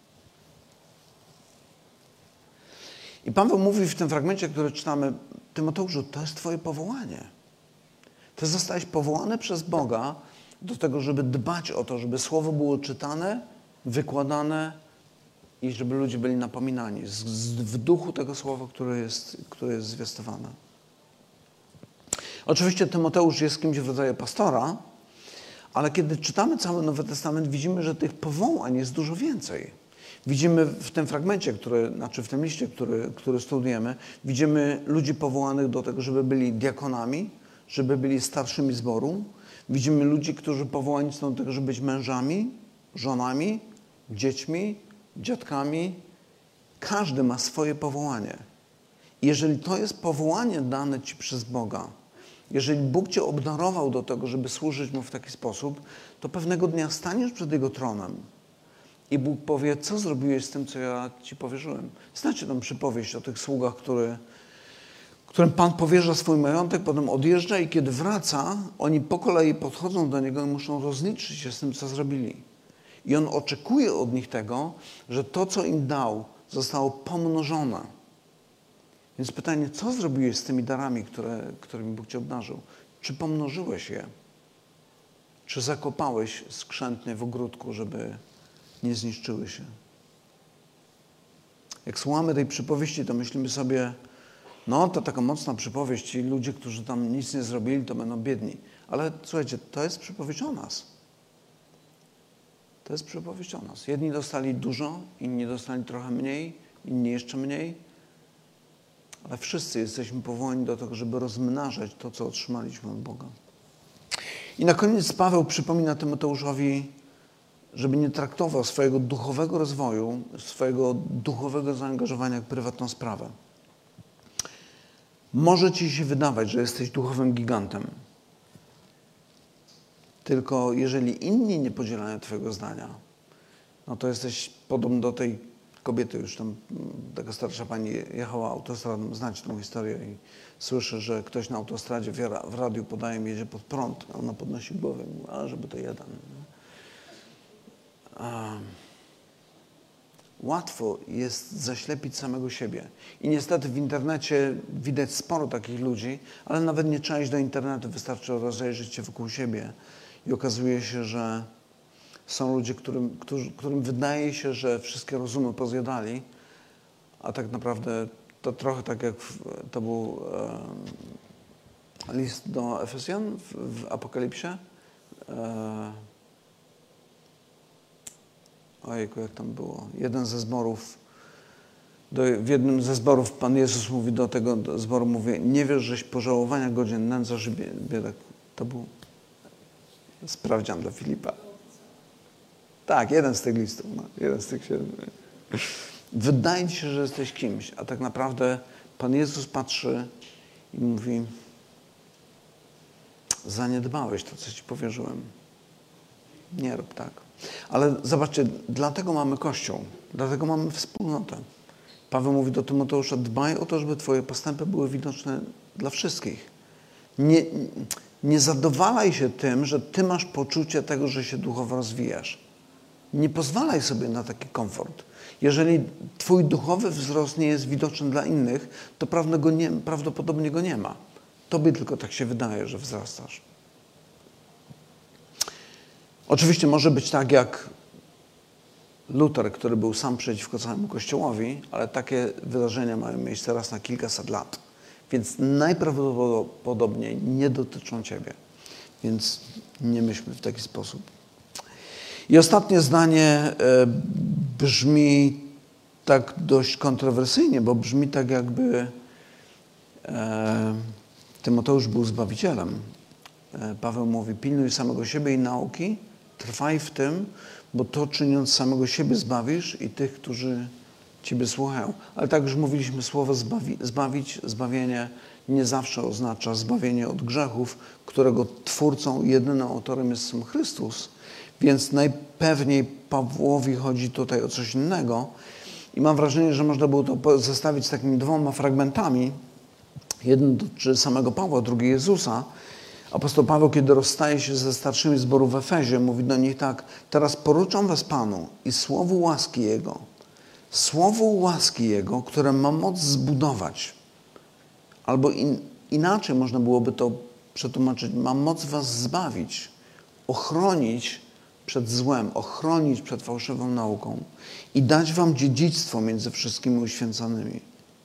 I Paweł mówi w tym fragmencie, który czytamy: Tymoteuszu, to jest twoje powołanie. Ty zostałeś powołany przez Boga do tego, żeby dbać o to, żeby słowo było czytane, wykładane i żeby ludzie byli napominani z, z, w duchu tego słowa, które jest, które jest zwiastowane. Oczywiście Tymoteusz jest kimś w rodzaju pastora, ale kiedy czytamy cały Nowy Testament, widzimy, że tych powołań jest dużo więcej. Widzimy w tym fragmencie, który, znaczy w tym liście, który, który studujemy, widzimy ludzi powołanych do tego, żeby byli diakonami, żeby byli starszymi zboru. Widzimy ludzi, którzy powołani są do tego, żeby być mężami, żonami, dziećmi, dziadkami. Każdy ma swoje powołanie. I jeżeli to jest powołanie dane ci przez Boga, jeżeli Bóg cię obdarował do tego, żeby służyć Mu w taki sposób, to pewnego dnia staniesz przed Jego tronem i Bóg powie: co zrobiłeś z tym, co ja ci powierzyłem? Znacie tą przypowieść o tych sługach, który, którym Pan powierza swój majątek, potem odjeżdża i kiedy wraca, oni po kolei podchodzą do Niego i muszą rozliczyć się z tym, co zrobili. I On oczekuje od nich tego, że to, co im dał, zostało pomnożone. Więc pytanie: co zrobiłeś z tymi darami, które, którymi Bóg cię obdarzył? Czy pomnożyłeś je? Czy zakopałeś skrzętnie w ogródku, żeby nie zniszczyły się? Jak słuchamy tej przypowieści, to myślimy sobie: no to taka mocna przypowieść, ci ludzie, którzy tam nic nie zrobili, to będą biedni. Ale słuchajcie, to jest przypowieść o nas. To jest przypowieść o nas. Jedni dostali dużo, inni dostali trochę mniej, inni jeszcze mniej. Ale wszyscy jesteśmy powołani do tego, żeby rozmnażać to, co otrzymaliśmy od Boga. I na koniec Paweł przypomina Tymoteuszowi, żeby nie traktował swojego duchowego rozwoju, swojego duchowego zaangażowania jak prywatną sprawę. Może ci się wydawać, że jesteś duchowym gigantem. Tylko jeżeli inni nie podzielają twojego zdania, no to jesteś podobny do tej kobiety, już tam taka starsza pani jechała autostradą, znacie tą historię i słyszy, że ktoś na autostradzie w radiu podaje, jedzie pod prąd, a ona podnosi głowę i mówi: a żeby to jeden. A, łatwo jest zaślepić samego siebie. I niestety w internecie widać sporo takich ludzi, ale nawet nie trzeba iść do internetu, wystarczy rozejrzeć się wokół siebie i okazuje się, że są ludzie, którym, którzy, którym wydaje się, że wszystkie rozumy pozjadali, a tak naprawdę to trochę tak jak w, to był e, list do Efezjan w, w Apokalipsie. E, ojejku, jak tam było? Jeden ze zborów, do, w jednym ze zborów Pan Jezus mówi do tego do zboru, mówi: nie wiesz, żeś pożałowania godzien nędzarzy biedak. To był sprawdzian dla Filipa. Tak, jeden z tych listów, no, jeden z tych siedmiu. wydaje ci się, że jesteś kimś, a tak naprawdę Pan Jezus patrzy i mówi: zaniedbałeś to, co ci powierzyłem. Nie rób tak. Ale zobaczcie, dlatego mamy Kościół, dlatego mamy wspólnotę. Paweł mówi do Tymoteusza: dbaj o to, żeby twoje postępy były widoczne dla wszystkich. Nie, nie zadowalaj się tym, że ty masz poczucie tego, że się duchowo rozwijasz. Nie pozwalaj sobie na taki komfort. Jeżeli twój duchowy wzrost nie jest widoczny dla innych, to prawdopodobnie go nie ma. Tobie tylko tak się wydaje, że wzrastasz. Oczywiście może być tak jak Luter, który był sam przeciwko całemu Kościołowi, ale takie wydarzenia mają miejsce raz na kilkaset lat. Więc najprawdopodobniej nie dotyczą ciebie. Więc nie myślmy w taki sposób. I ostatnie zdanie brzmi tak dość kontrowersyjnie, bo brzmi tak, jakby e, Tymoteusz był Zbawicielem. E, Paweł mówi: pilnuj samego siebie i nauki, trwaj w tym, bo to czyniąc samego siebie zbawisz i tych, którzy ciebie słuchają. Ale tak już mówiliśmy, słowo zbawi, zbawić, zbawienie nie zawsze oznacza zbawienie od grzechów, którego twórcą i jedynym autorem jest sam Chrystus. Więc najpewniej Pawłowi chodzi tutaj o coś innego. I mam wrażenie, że można było to zestawić z takimi dwoma fragmentami. Jeden dotyczy samego Pawła, drugi Jezusa. Apostoł Paweł, kiedy rozstaje się ze starszymi zboru w Efezie, mówi do nich tak: teraz poruczam was Panu i słowu łaski Jego, słowu łaski Jego, które ma moc zbudować. Albo in, inaczej można byłoby to przetłumaczyć: ma moc was zbawić, ochronić przed złem, ochronić przed fałszywą nauką i dać wam dziedzictwo między wszystkimi uświęconymi.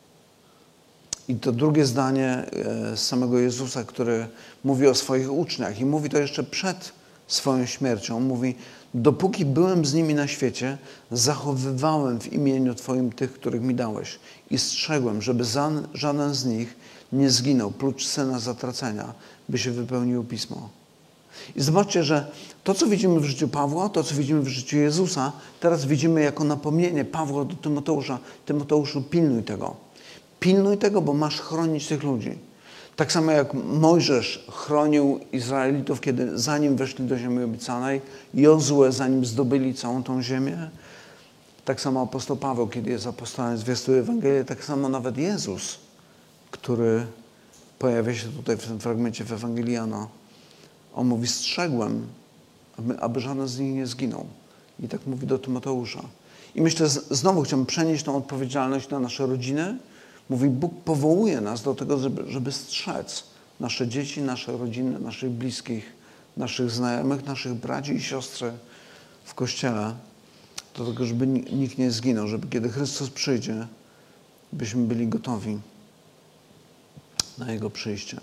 I to drugie zdanie z samego Jezusa, który mówi o swoich uczniach i mówi to jeszcze przed swoją śmiercią. Mówi: dopóki byłem z nimi na świecie, zachowywałem w imieniu Twoim tych, których mi dałeś i strzegłem, żeby żaden z nich nie zginął, prócz syna zatracenia, by się wypełniło Pismo. I zobaczcie, że to, co widzimy w życiu Pawła, to, co widzimy w życiu Jezusa, teraz widzimy jako napomnienie Pawła do Tymoteusza: Tymoteuszu, pilnuj tego. Pilnuj tego, bo masz chronić tych ludzi. Tak samo jak Mojżesz chronił Izraelitów, kiedy zanim weszli do ziemi obiecanej, Jozue zanim zdobyli całą tą ziemię, tak samo apostoł Paweł, kiedy jest apostołem, zwiastuje Ewangelię, tak samo nawet Jezus, który pojawia się tutaj w tym fragmencie w Ewangelii Jana. On mówi: strzegłem, aby, aby żaden z nich nie zginął. I tak mówi do Tymoteusza. I myślę, znowu chciałbym przenieść tą odpowiedzialność na nasze rodziny. Mówi: Bóg powołuje nas do tego, żeby, żeby strzec nasze dzieci, nasze rodziny, naszych bliskich, naszych znajomych, naszych braci i siostry w Kościele, do tego, żeby nikt nie zginął, żeby kiedy Chrystus przyjdzie, byśmy byli gotowi na Jego przyjście.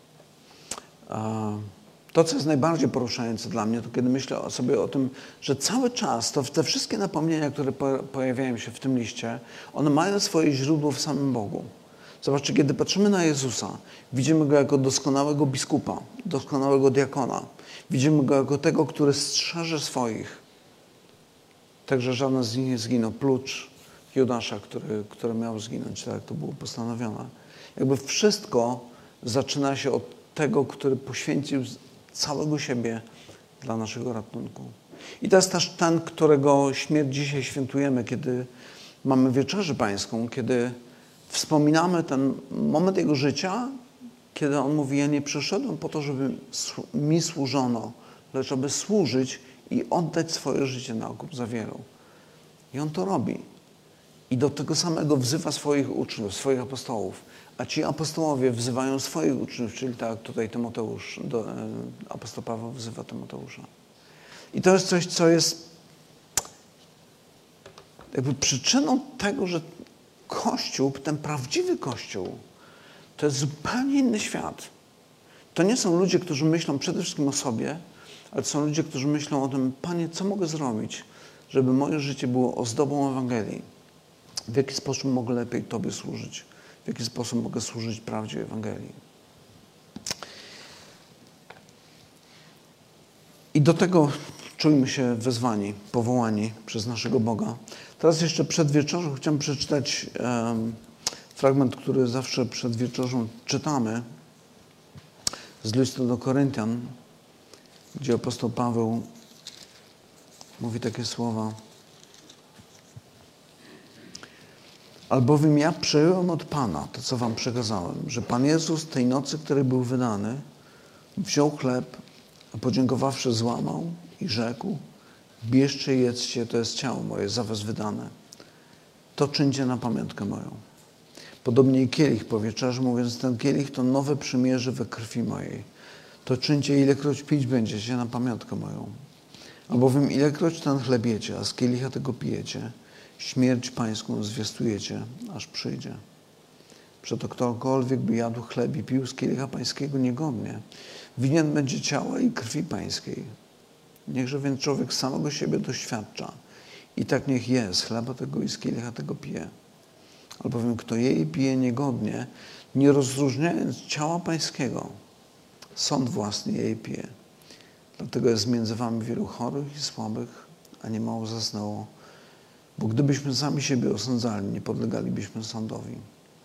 To, co jest najbardziej poruszające dla mnie, to kiedy myślę sobie o tym, że cały czas to te wszystkie napomnienia, które pojawiają się w tym liście, one mają swoje źródło w samym Bogu. Zobaczcie, kiedy patrzymy na Jezusa, widzimy Go jako doskonałego biskupa, doskonałego diakona. Widzimy Go jako tego, który strzeże swoich. Także żaden z nich nie zginął, prócz Judasza, który, który miał zginąć, tak jak to było postanowione. Jakby wszystko zaczyna się od tego, który poświęcił całego siebie dla naszego ratunku. I to jest też ten, którego śmierć dzisiaj świętujemy, kiedy mamy Wieczerzę Pańską, kiedy wspominamy ten moment Jego życia, kiedy On mówi: ja nie przyszedłem po to, żeby mi służono, lecz aby służyć i oddać swoje życie na okup za wielu. I On to robi. I do tego samego wzywa swoich uczniów, swoich apostołów. A ci apostołowie wzywają swoich uczniów, czyli tak jak tutaj Tymoteusz, do, e, apostoł Paweł wzywa Tymoteusza. I to jest coś, co jest jakby przyczyną tego, że Kościół, ten prawdziwy Kościół, to jest zupełnie inny świat. To nie są ludzie, którzy myślą przede wszystkim o sobie, ale to są ludzie, którzy myślą o tym: Panie, co mogę zrobić, żeby moje życie było ozdobą Ewangelii? W jaki sposób mogę lepiej Tobie służyć? W jaki sposób mogę służyć prawdzie Ewangelii? I do tego czujmy się wezwani, powołani przez naszego Boga. Teraz jeszcze przed wieczorzą chciałem przeczytać um, fragment, który zawsze przed wieczorzą czytamy z listu do Koryntian, gdzie apostoł Paweł mówi takie słowa. Albowiem ja przyjąłem od Pana to, co wam przekazałem, że Pan Jezus tej nocy, której był wydany, wziął chleb, a podziękowawszy złamał i rzekł: bierzcie i jedzcie, to jest ciało moje za was wydane. To czyńcie na pamiątkę moją. Podobnie i kielich po wieczerzy, mówiąc, ten kielich to nowe przymierze we krwi mojej. To czyńcie, ilekroć pić będziecie na pamiątkę moją. Albowiem ilekroć ten chleb jecie, a z kielicha tego pijecie, śmierć pańską zwiastujecie, aż przyjdzie. Przeto ktokolwiek by jadł chleb i pił z kielicha pańskiego niegodnie, winien będzie ciała i krwi pańskiej. Niechże więc człowiek samego siebie doświadcza. I tak niech je z chleba tego i z kielicha tego pije. Albowiem kto je i pije niegodnie, nie rozróżniając ciała pańskiego, sąd własny je i pije. Dlatego jest między wami wielu chorych i słabych, a nie mało zasnęło. Bo gdybyśmy sami siebie osądzali, nie podlegalibyśmy sądowi.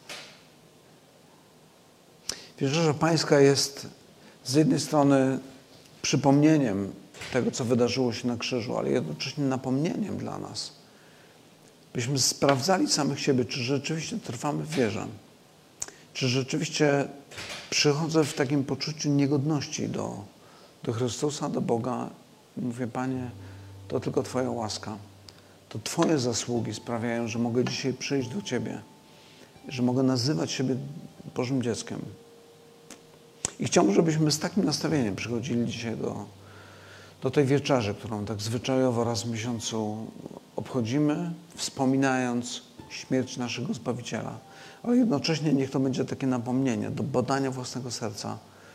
Wierzę, że Pańska jest z jednej strony przypomnieniem tego, co wydarzyło się na krzyżu, ale jednocześnie napomnieniem dla nas. Byśmy sprawdzali samych siebie, czy rzeczywiście trwamy w wierze. Czy rzeczywiście przychodzę w takim poczuciu niegodności do, do Chrystusa, do Boga. I mówię: Panie, to tylko Twoja łaska. To Twoje zasługi sprawiają, że mogę dzisiaj przyjść do Ciebie, że mogę nazywać siebie Bożym dzieckiem. I chciałbym, żebyśmy z takim nastawieniem przychodzili dzisiaj do, do tej wieczerzy, którą tak zwyczajowo raz w miesiącu obchodzimy, wspominając śmierć naszego Zbawiciela. Ale jednocześnie niech to będzie takie napomnienie do badania własnego serca.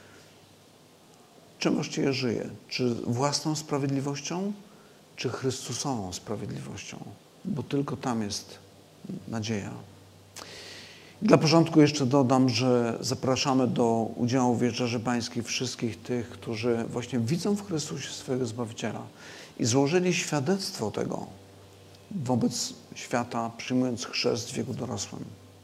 Czym właściwie żyję? Czy własną sprawiedliwością, czy Chrystusową sprawiedliwością? Bo tylko tam jest nadzieja. Dla porządku jeszcze dodam, że zapraszamy do udziału w Wieczerzy Pańskiej wszystkich tych, którzy właśnie widzą w Chrystusie swojego Zbawiciela i złożyli świadectwo tego wobec świata, przyjmując chrzest w wieku dorosłym.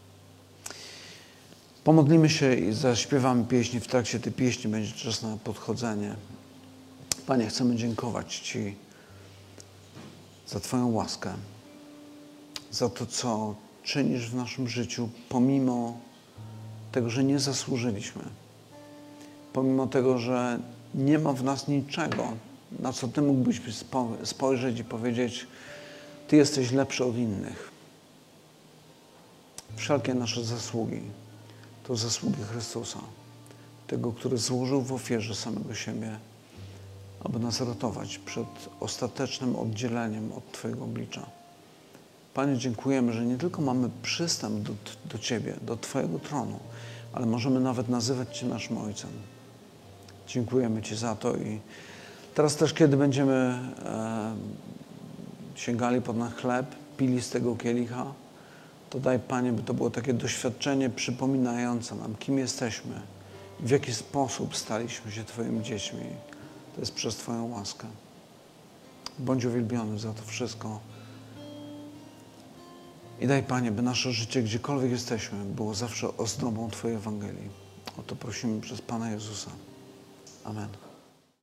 Pomodlimy się i zaśpiewamy pieśni. W trakcie tej pieśni będzie czas na podchodzenie. Panie, chcemy dziękować Ci za Twoją łaskę, za to, co czynisz w naszym życiu, pomimo tego, że nie zasłużyliśmy. Pomimo tego, że nie ma w nas niczego, na co Ty mógłbyś spojrzeć i powiedzieć: Ty jesteś lepszy od innych. Wszelkie nasze zasługi to zasługi Chrystusa, tego, który złożył w ofierze samego siebie, aby nas ratować przed ostatecznym oddzieleniem od Twojego oblicza. Panie, dziękujemy, że nie tylko mamy przystęp do, do Ciebie, do Twojego tronu, ale możemy nawet nazywać Cię naszym Ojcem. Dziękujemy Ci za to i teraz też, kiedy będziemy e, sięgali po ten chleb, pili z tego kielicha, to daj, Panie, by to było takie doświadczenie przypominające nam, kim jesteśmy, w jaki sposób staliśmy się Twoimi dziećmi. To jest przez Twoją łaskę. Bądź uwielbiony za to wszystko. I daj, Panie, by nasze życie, gdziekolwiek jesteśmy, było zawsze ozdobą Twojej Ewangelii. O to prosimy przez Pana Jezusa. Amen.